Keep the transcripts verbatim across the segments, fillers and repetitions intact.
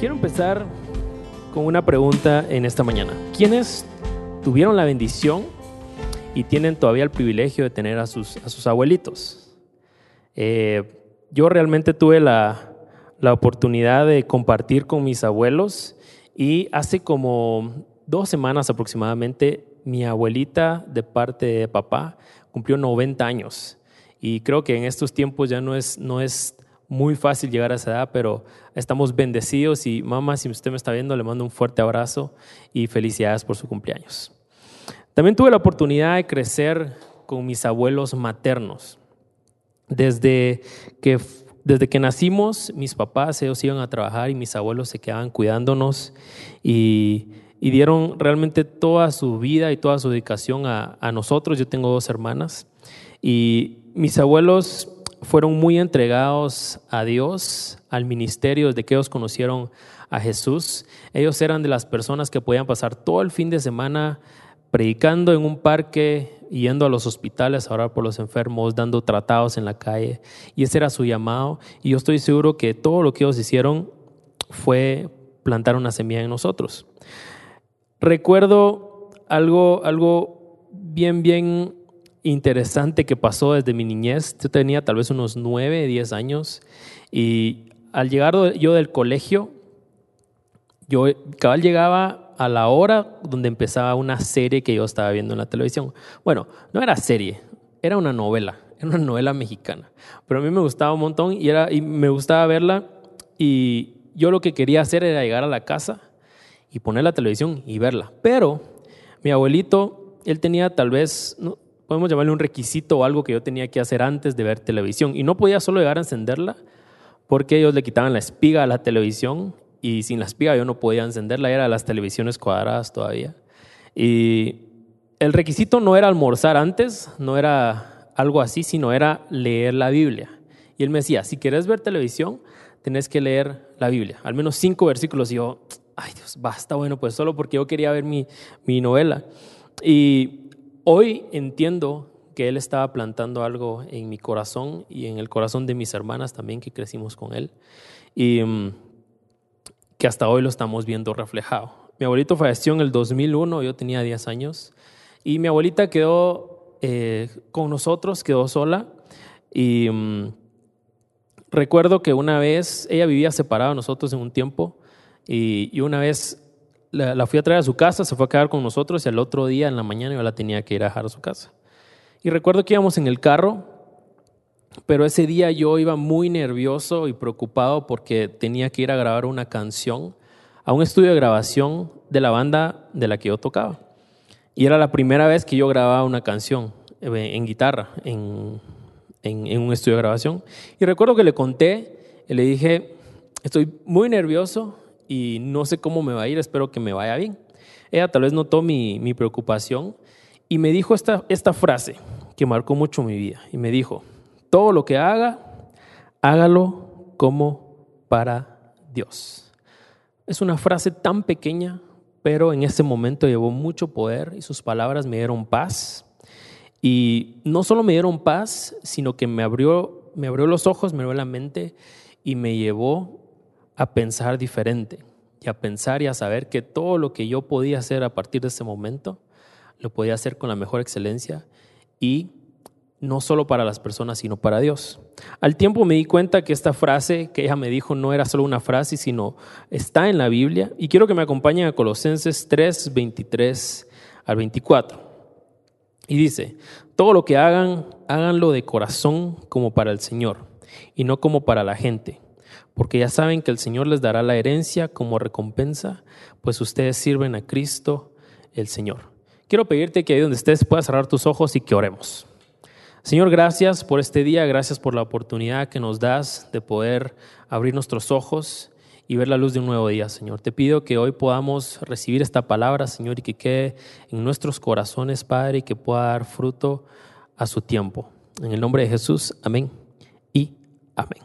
Quiero empezar con una pregunta en esta mañana. ¿Quiénes tuvieron la bendición y tienen todavía el privilegio de tener a sus, a sus abuelitos? Eh, yo realmente tuve la, la oportunidad de compartir con mis abuelos y hace como dos semanas aproximadamente mi abuelita de parte de papá cumplió noventa años y creo que en estos tiempos ya no es, no es muy fácil llegar a esa edad, pero estamos bendecidos y mamá, si usted me está viendo, le mando un fuerte abrazo y felicidades por su cumpleaños. También tuve la oportunidad de crecer con mis abuelos maternos. Desde que, desde que nacimos, mis papás, ellos iban a trabajar y mis abuelos se quedaban cuidándonos y, y dieron realmente toda su vida y toda su dedicación a, a nosotros. Yo tengo dos hermanas y mis abuelos fueron muy entregados a Dios, al ministerio, desde que ellos conocieron a Jesús. Ellos eran de las personas que podían pasar todo el fin de semana predicando en un parque, yendo a los hospitales a orar por los enfermos, dando tratados en la calle, y ese era su llamado. Y yo estoy seguro que todo lo que ellos hicieron fue plantar una semilla en nosotros. Recuerdo algo, algo bien, bien interesante que pasó desde mi niñez. Yo tenía tal vez unos nueve, diez años, y al llegar yo del colegio, yo cabal llegaba a la hora donde empezaba una serie que yo estaba viendo en la televisión. Bueno, no era serie, era una novela, era una novela mexicana, pero a mí me gustaba un montón y, era, y me gustaba verla, y yo lo que quería hacer era llegar a la casa y poner la televisión y verla. Pero mi abuelito, él tenía tal vez, ¿no?, podemos llamarle un requisito o algo que yo tenía que hacer antes de ver televisión, y no podía solo llegar a encenderla porque ellos le quitaban la espiga a la televisión y sin la espiga yo no podía encenderla, era las televisiones cuadradas todavía. Y el requisito no era almorzar antes, no era algo así, sino era leer la Biblia. Y él me decía, si quieres ver televisión, tenés que leer la Biblia, al menos cinco versículos. Y yo, ay Dios, basta, bueno, pues solo porque yo quería ver mi, mi novela. Y hoy entiendo que Él estaba plantando algo en mi corazón y en el corazón de mis hermanas también, que crecimos con Él, y um, que hasta hoy lo estamos viendo reflejado. Mi abuelito falleció en el dos mil uno, yo tenía diez años, y mi abuelita quedó eh, con nosotros, quedó sola, y um, recuerdo que una vez, ella vivía separada de nosotros en un tiempo, y, y una vez La, la fui a traer a su casa, se fue a quedar con nosotros y al otro día en la mañana yo la tenía que ir a dejar a su casa. Y recuerdo que íbamos en el carro, pero ese día yo iba muy nervioso y preocupado porque tenía que ir a grabar una canción a un estudio de grabación de la banda de la que yo tocaba. Y era la primera vez que yo grababa una canción en guitarra, en, en, en un estudio de grabación. Y recuerdo que le conté y le dije, estoy muy nervioso y no sé cómo me va a ir, espero que me vaya bien. Ella tal vez notó mi, mi preocupación y me dijo esta, esta frase que marcó mucho mi vida. Y me dijo, todo lo que haga, hágalo como para Dios. Es una frase tan pequeña, pero en ese momento llevó mucho poder y sus palabras me dieron paz. Y no solo me dieron paz, sino que me abrió, me abrió los ojos, me abrió la mente y me llevó a pensar diferente y a pensar y a saber que todo lo que yo podía hacer a partir de ese momento lo podía hacer con la mejor excelencia y no solo para las personas sino para Dios. Al tiempo me di cuenta que esta frase que ella me dijo no era solo una frase, sino está en la Biblia, y quiero que me acompañen a Colosenses tres, veintitrés al veinticuatro. Y dice, todo lo que hagan, háganlo de corazón como para el Señor y no como para la gente, porque ya saben que el Señor les dará la herencia como recompensa, pues ustedes sirven a Cristo el Señor. Quiero pedirte que ahí donde estés puedas cerrar tus ojos y que oremos. Señor, gracias por este día, gracias por la oportunidad que nos das de poder abrir nuestros ojos y ver la luz de un nuevo día, Señor. Te pido que hoy podamos recibir esta palabra, Señor, y que quede en nuestros corazones, Padre, y que pueda dar fruto a su tiempo. En el nombre de Jesús, amén y amén.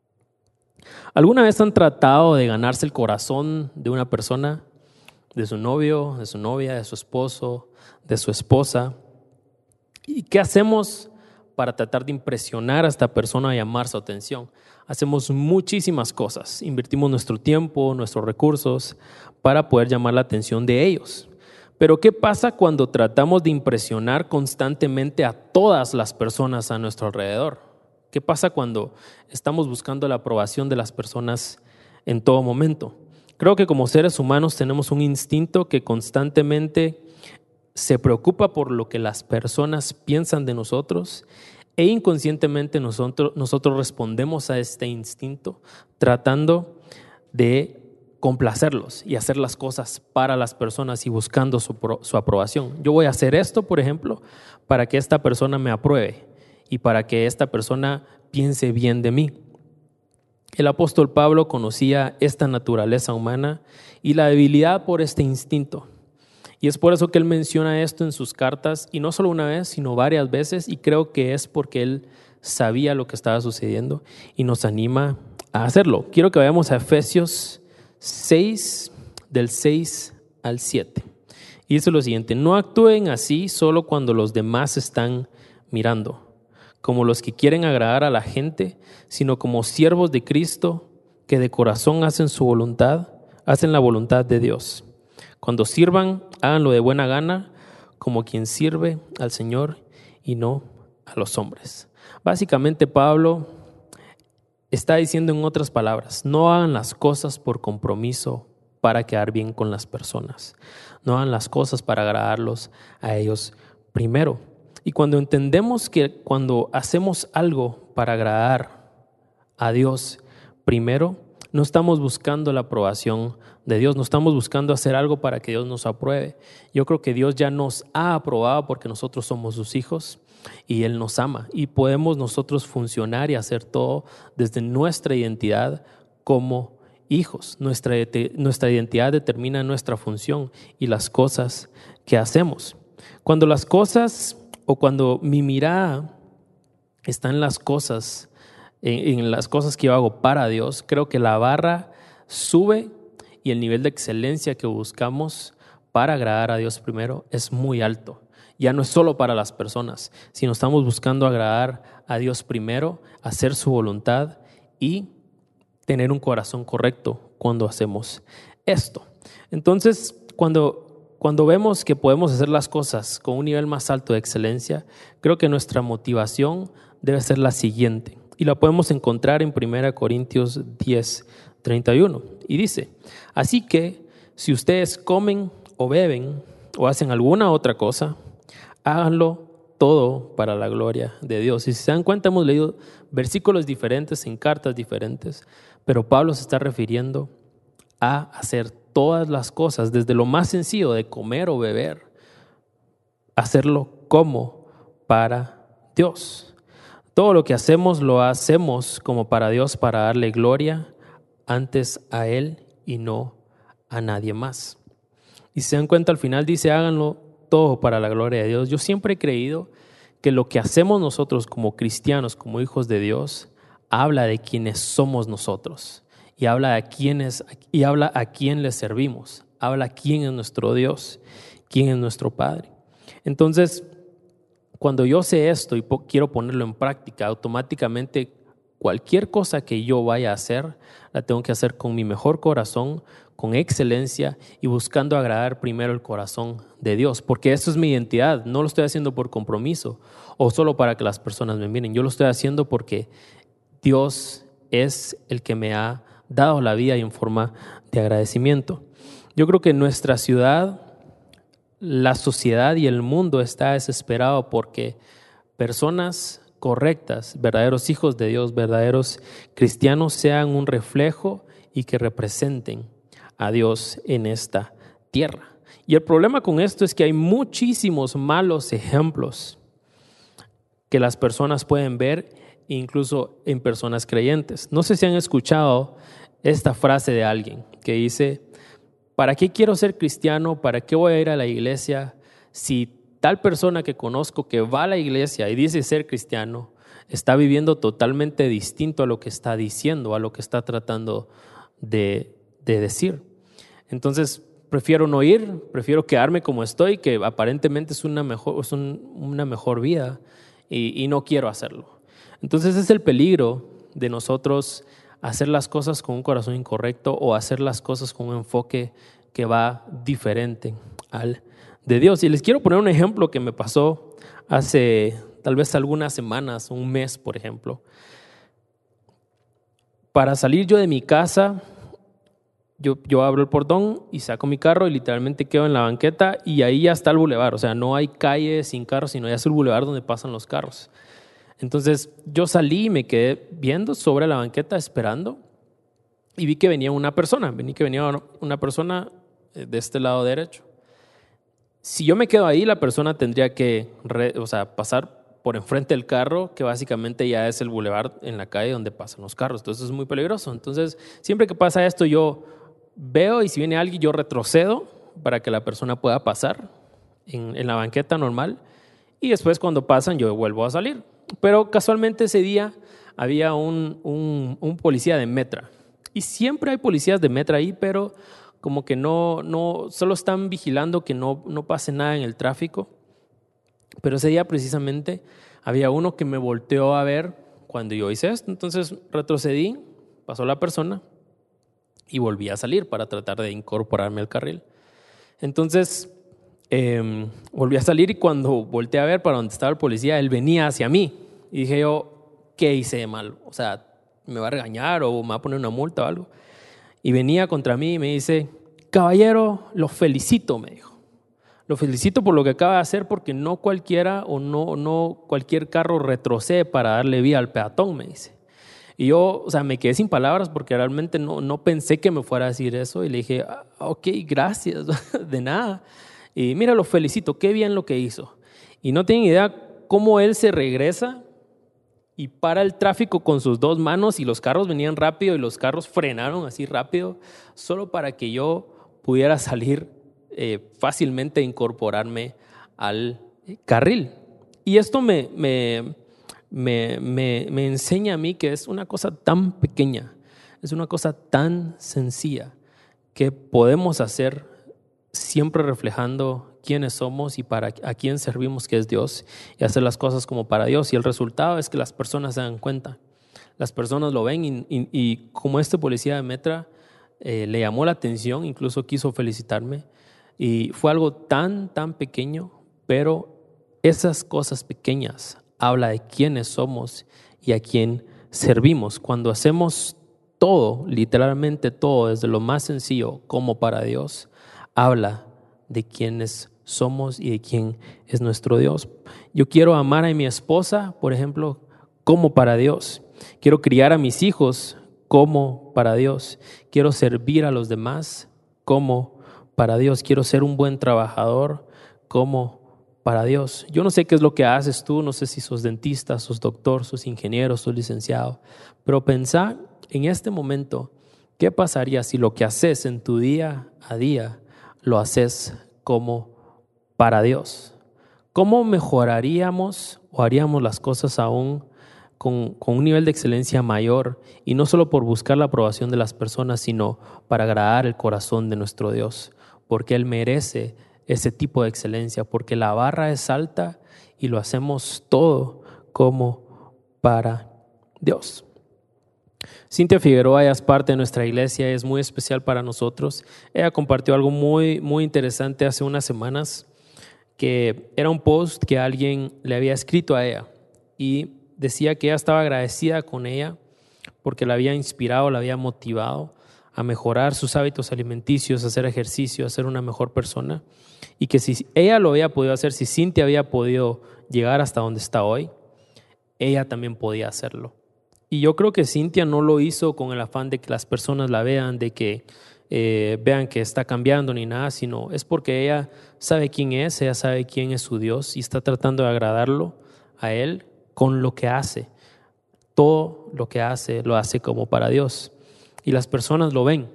¿Alguna vez han tratado de ganarse el corazón de una persona, de su novio, de su novia, de su esposo, de su esposa? ¿Y qué hacemos para tratar de impresionar a esta persona y llamar su atención. Hacemos muchísimas cosas, invertimos nuestro tiempo, nuestros recursos para poder llamar la atención de ellos. Pero ¿qué pasa cuando tratamos de impresionar constantemente a todas las personas a nuestro alrededor? ¿Qué pasa cuando estamos buscando la aprobación de las personas en todo momento? Creo que como seres humanos tenemos un instinto que constantemente se preocupa por lo que las personas piensan de nosotros e inconscientemente nosotros, nosotros respondemos a este instinto tratando de complacerlos y hacer las cosas para las personas y buscando su, su aprobación. Yo voy a hacer esto, por ejemplo, para que esta persona me apruebe y para que esta persona piense bien de mí. El apóstol Pablo conocía esta naturaleza humana y la debilidad por este instinto. Y es por eso que él menciona esto en sus cartas, y no solo una vez, sino varias veces, y creo que es porque él sabía lo que estaba sucediendo y nos anima a hacerlo. Quiero que vayamos a Efesios seis, del seis al siete. Y dice lo siguiente: no actúen así solo cuando los demás están mirando, como los que quieren agradar a la gente, sino como siervos de Cristo que de corazón hacen su voluntad, hacen la voluntad de Dios. Cuando sirvan, háganlo de buena gana, como quien sirve al Señor y no a los hombres. Básicamente, Pablo está diciendo en otras palabras: no hagan las cosas por compromiso para quedar bien con las personas. No hagan las cosas para agradarlos a ellos primero. Y cuando entendemos que cuando hacemos algo para agradar a Dios primero, no estamos buscando la aprobación de Dios, no estamos buscando hacer algo para que Dios nos apruebe. Yo creo que Dios ya nos ha aprobado porque nosotros somos sus hijos y Él nos ama, y podemos nosotros funcionar y hacer todo desde nuestra identidad como hijos. Nuestra, nuestra identidad determina nuestra función y las cosas que hacemos. Cuando las cosas o cuando mi mirada está en las cosas, en, en las cosas que yo hago para Dios, creo que la barra sube y el nivel de excelencia que buscamos para agradar a Dios primero es muy alto. Ya no es solo para las personas, sino estamos buscando agradar a Dios primero, hacer su voluntad y tener un corazón correcto cuando hacemos esto. Entonces, cuando, cuando vemos que podemos hacer las cosas con un nivel más alto de excelencia, creo que nuestra motivación debe ser la siguiente. Y la podemos encontrar en primera Corintios diez, treinta y uno. Y dice: así que si ustedes comen o beben o hacen alguna otra cosa, háganlo todo para la gloria de Dios. Y si se dan cuenta, hemos leído versículos diferentes en cartas diferentes, pero Pablo se está refiriendo a hacer todas las cosas, desde lo más sencillo de comer o beber, hacerlo como para Dios. Todo lo que hacemos lo hacemos como para Dios, para darle gloria antes a Él y no a nadie más. Y si se dan cuenta, al final dice: háganlo todo para la gloria de Dios. Yo siempre he creído que lo que hacemos nosotros como cristianos, como hijos de Dios, habla de quiénes somos nosotros y habla a quiénes, y habla a quién le servimos, habla a quién es nuestro Dios, quién es nuestro Padre. Entonces, cuando yo sé esto y po- quiero ponerlo en práctica, automáticamente cualquier cosa que yo vaya a hacer, la tengo que hacer con mi mejor corazón, con excelencia y buscando agradar primero el corazón de Dios, porque eso es mi identidad. No lo estoy haciendo por compromiso o solo para que las personas me miren. Yo lo estoy haciendo porque Dios es el que me ha dado la vida y en forma de agradecimiento. Yo creo que en nuestra ciudad, la sociedad y el mundo está desesperado porque personas correctas, verdaderos hijos de Dios, verdaderos cristianos, sean un reflejo y que representen a Dios en esta tierra. Y el problema con esto es que hay muchísimos malos ejemplos que las personas pueden ver, incluso en personas creyentes. No sé si han escuchado esta frase de alguien que dice: ¿para qué quiero ser cristiano? ¿Para qué voy a ir a la iglesia si tal persona que conozco que va a la iglesia y dice ser cristiano está viviendo totalmente distinto a lo que está diciendo, a lo que está tratando de, de decir? Entonces, prefiero no ir, prefiero quedarme como estoy, que aparentemente es una mejor, es un, una mejor vida, y, y no quiero hacerlo. Entonces es el peligro de nosotros hacer las cosas con un corazón incorrecto o hacer las cosas con un enfoque que va diferente al de Dios. Y les quiero poner un ejemplo que me pasó hace tal vez algunas semanas, un mes por ejemplo. Para salir yo de mi casa, yo, yo abro el portón y saco mi carro y literalmente quedo en la banqueta y ahí ya está el bulevar. O sea, no hay calle sin carros, sino ya es el bulevar donde pasan los carros. Entonces yo salí y me quedé viendo sobre la banqueta esperando y vi que venía una persona, vi que venía una persona de este lado derecho. Si yo me quedo ahí, la persona tendría que re, o sea, pasar por enfrente del carro, que básicamente ya es el bulevar en la calle donde pasan los carros. Entonces es muy peligroso. Entonces siempre que pasa esto yo veo y si viene alguien yo retrocedo para que la persona pueda pasar en, en la banqueta normal y después cuando pasan yo vuelvo a salir. Pero casualmente ese día había un, un, un policía de Metra y siempre hay policías de Metra ahí, pero como que no, no solo están vigilando que no, no pase nada en el tráfico. Pero ese día precisamente había uno que me volteó a ver cuando yo hice esto. Entonces retrocedí, pasó la persona y volví a salir para tratar de incorporarme al carril. Entonces eh, volví a salir y cuando volteé a ver para donde estaba el policía, él venía hacia mí. Y dije yo, ¿qué hice de mal? O sea, ¿me va a regañar o me va a poner una multa o algo? Y venía contra mí y me dice, caballero, lo felicito, me dijo. Lo felicito por lo que acaba de hacer porque no cualquiera o no, no cualquier carro retrocede para darle vía al peatón, me dice. Y yo, o sea, me quedé sin palabras porque realmente no, no pensé que me fuera a decir eso y le dije, ah, ok, gracias, de nada. Y mira, lo felicito, qué bien lo que hizo. Y no tienen idea cómo él se regresa y para el tráfico con sus dos manos y los carros venían rápido y los carros frenaron así rápido solo para que yo pudiera salir eh, fácilmente e incorporarme al carril. Y esto me, me, me, me, me enseña a mí que es una cosa tan pequeña, es una cosa tan sencilla que podemos hacer siempre reflejando quiénes somos y para a quién servimos, que es Dios, y hacer las cosas como para Dios. Y el resultado es que las personas se dan cuenta, las personas lo ven y, y, y como este policía de Metra eh, le llamó la atención, incluso quiso felicitarme y fue algo tan, tan pequeño, pero esas cosas pequeñas habla de quiénes somos y a quién servimos. Cuando hacemos todo, literalmente todo, desde lo más sencillo como para Dios, habla de quiénes somos y de quién es nuestro Dios. Yo quiero amar a mi esposa, por ejemplo, como para Dios. Quiero criar a mis hijos como para Dios. Quiero servir a los demás como para Dios. Quiero ser un buen trabajador como para Dios. Yo no sé qué es lo que haces tú, no sé si sos dentista, sos doctor, sos ingeniero, sos licenciado, pero pensá en este momento, ¿qué pasaría si lo que haces en tu día a día lo haces como para Dios? ¿Cómo mejoraríamos o haríamos las cosas aún con, con un nivel de excelencia mayor? Y no solo por buscar la aprobación de las personas, sino para agradar el corazón de nuestro Dios, porque Él merece ese tipo de excelencia, porque la barra es alta y lo hacemos todo como para Dios. Cintia Figueroa, ella es parte de nuestra iglesia, es muy especial para nosotros. Ella compartió algo muy, muy interesante hace unas semanas, que era un post que alguien le había escrito a ella y decía que ella estaba agradecida con ella porque la había inspirado, la había motivado a mejorar sus hábitos alimenticios, a hacer ejercicio, a ser una mejor persona, y que si ella lo había podido hacer, si Cintia había podido llegar hasta donde está hoy, ella también podía hacerlo. Y yo creo que Cintia no lo hizo con el afán de que las personas la vean, de que eh, vean que está cambiando ni nada, sino es porque ella sabe quién es, ella sabe quién es su Dios y está tratando de agradarlo a Él con lo que hace. Todo lo que hace, lo hace como para Dios. Y las personas lo ven.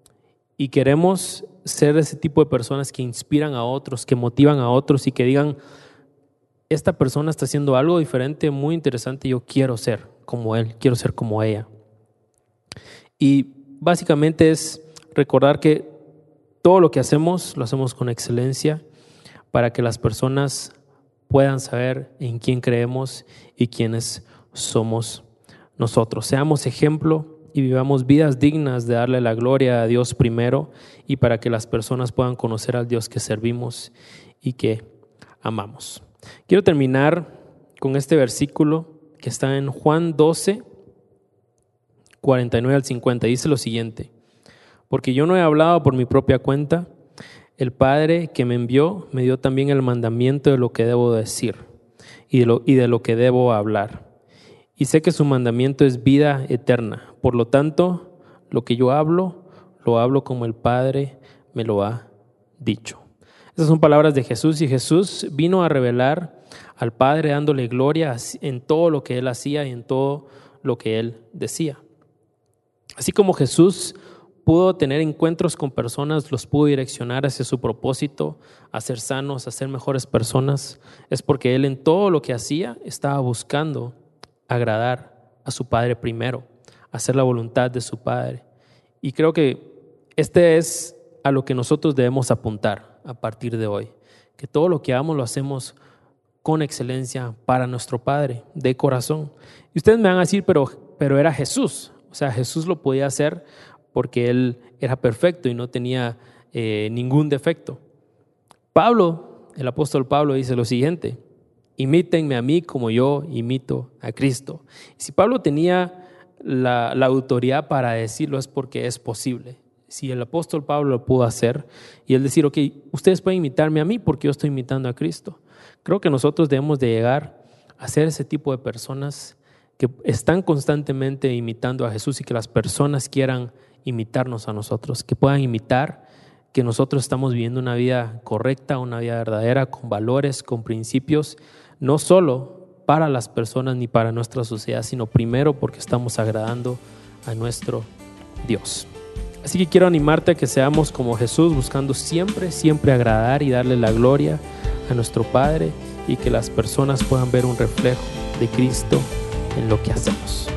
Y queremos ser ese tipo de personas que inspiran a otros, que motivan a otros y que digan, esta persona está haciendo algo diferente, muy interesante, yo quiero ser como él, quiero ser como ella. Y básicamente es recordar que todo lo que hacemos, lo hacemos con excelencia para que las personas puedan saber en quién creemos y quiénes somos nosotros. Seamos ejemplo y vivamos vidas dignas de darle la gloria a Dios primero, y para que las personas puedan conocer al Dios que servimos y que amamos. Quiero terminar con este versículo que está en Juan doce, cuarenta y nueve al cincuenta. Dice lo siguiente: porque yo no he hablado por mi propia cuenta, el Padre que me envió me dio también el mandamiento de lo que debo decir y de lo, y de lo que debo hablar. Y sé que su mandamiento es vida eterna. Por lo tanto, lo que yo hablo, lo hablo como el Padre me lo ha dicho. Estas son palabras de Jesús, y Jesús vino a revelar al Padre dándole gloria en todo lo que Él hacía y en todo lo que Él decía. Así como Jesús pudo tener encuentros con personas, los pudo direccionar hacia su propósito, a ser sanos, a ser mejores personas, es porque Él en todo lo que hacía estaba buscando agradar a su Padre primero, hacer la voluntad de su Padre. Y creo que este es a lo que nosotros debemos apuntar a partir de hoy, que todo lo que hagamos lo hacemos con excelencia para nuestro Padre, de corazón. Y ustedes me van a decir, pero, pero era Jesús, o sea, Jesús lo podía hacer porque Él era perfecto y no tenía eh, ningún defecto. Pablo, el apóstol Pablo, dice lo siguiente: imítenme a mí como yo imito a Cristo. Y si Pablo tenía la, la autoridad para decirlo, es porque es posible. Si el apóstol Pablo lo pudo hacer y él decir, ok, ustedes pueden imitarme a mí porque yo estoy imitando a Cristo. Creo que nosotros debemos de llegar a ser ese tipo de personas que están constantemente imitando a Jesús, y que las personas quieran imitarnos a nosotros, que puedan imitar que nosotros estamos viviendo una vida correcta, una vida verdadera, con valores, con principios, no solo para las personas ni para nuestra sociedad, sino primero porque estamos agradando a nuestro Dios. Así que quiero animarte a que seamos como Jesús, buscando siempre, siempre agradar y darle la gloria a nuestro Padre, y que las personas puedan ver un reflejo de Cristo en lo que hacemos.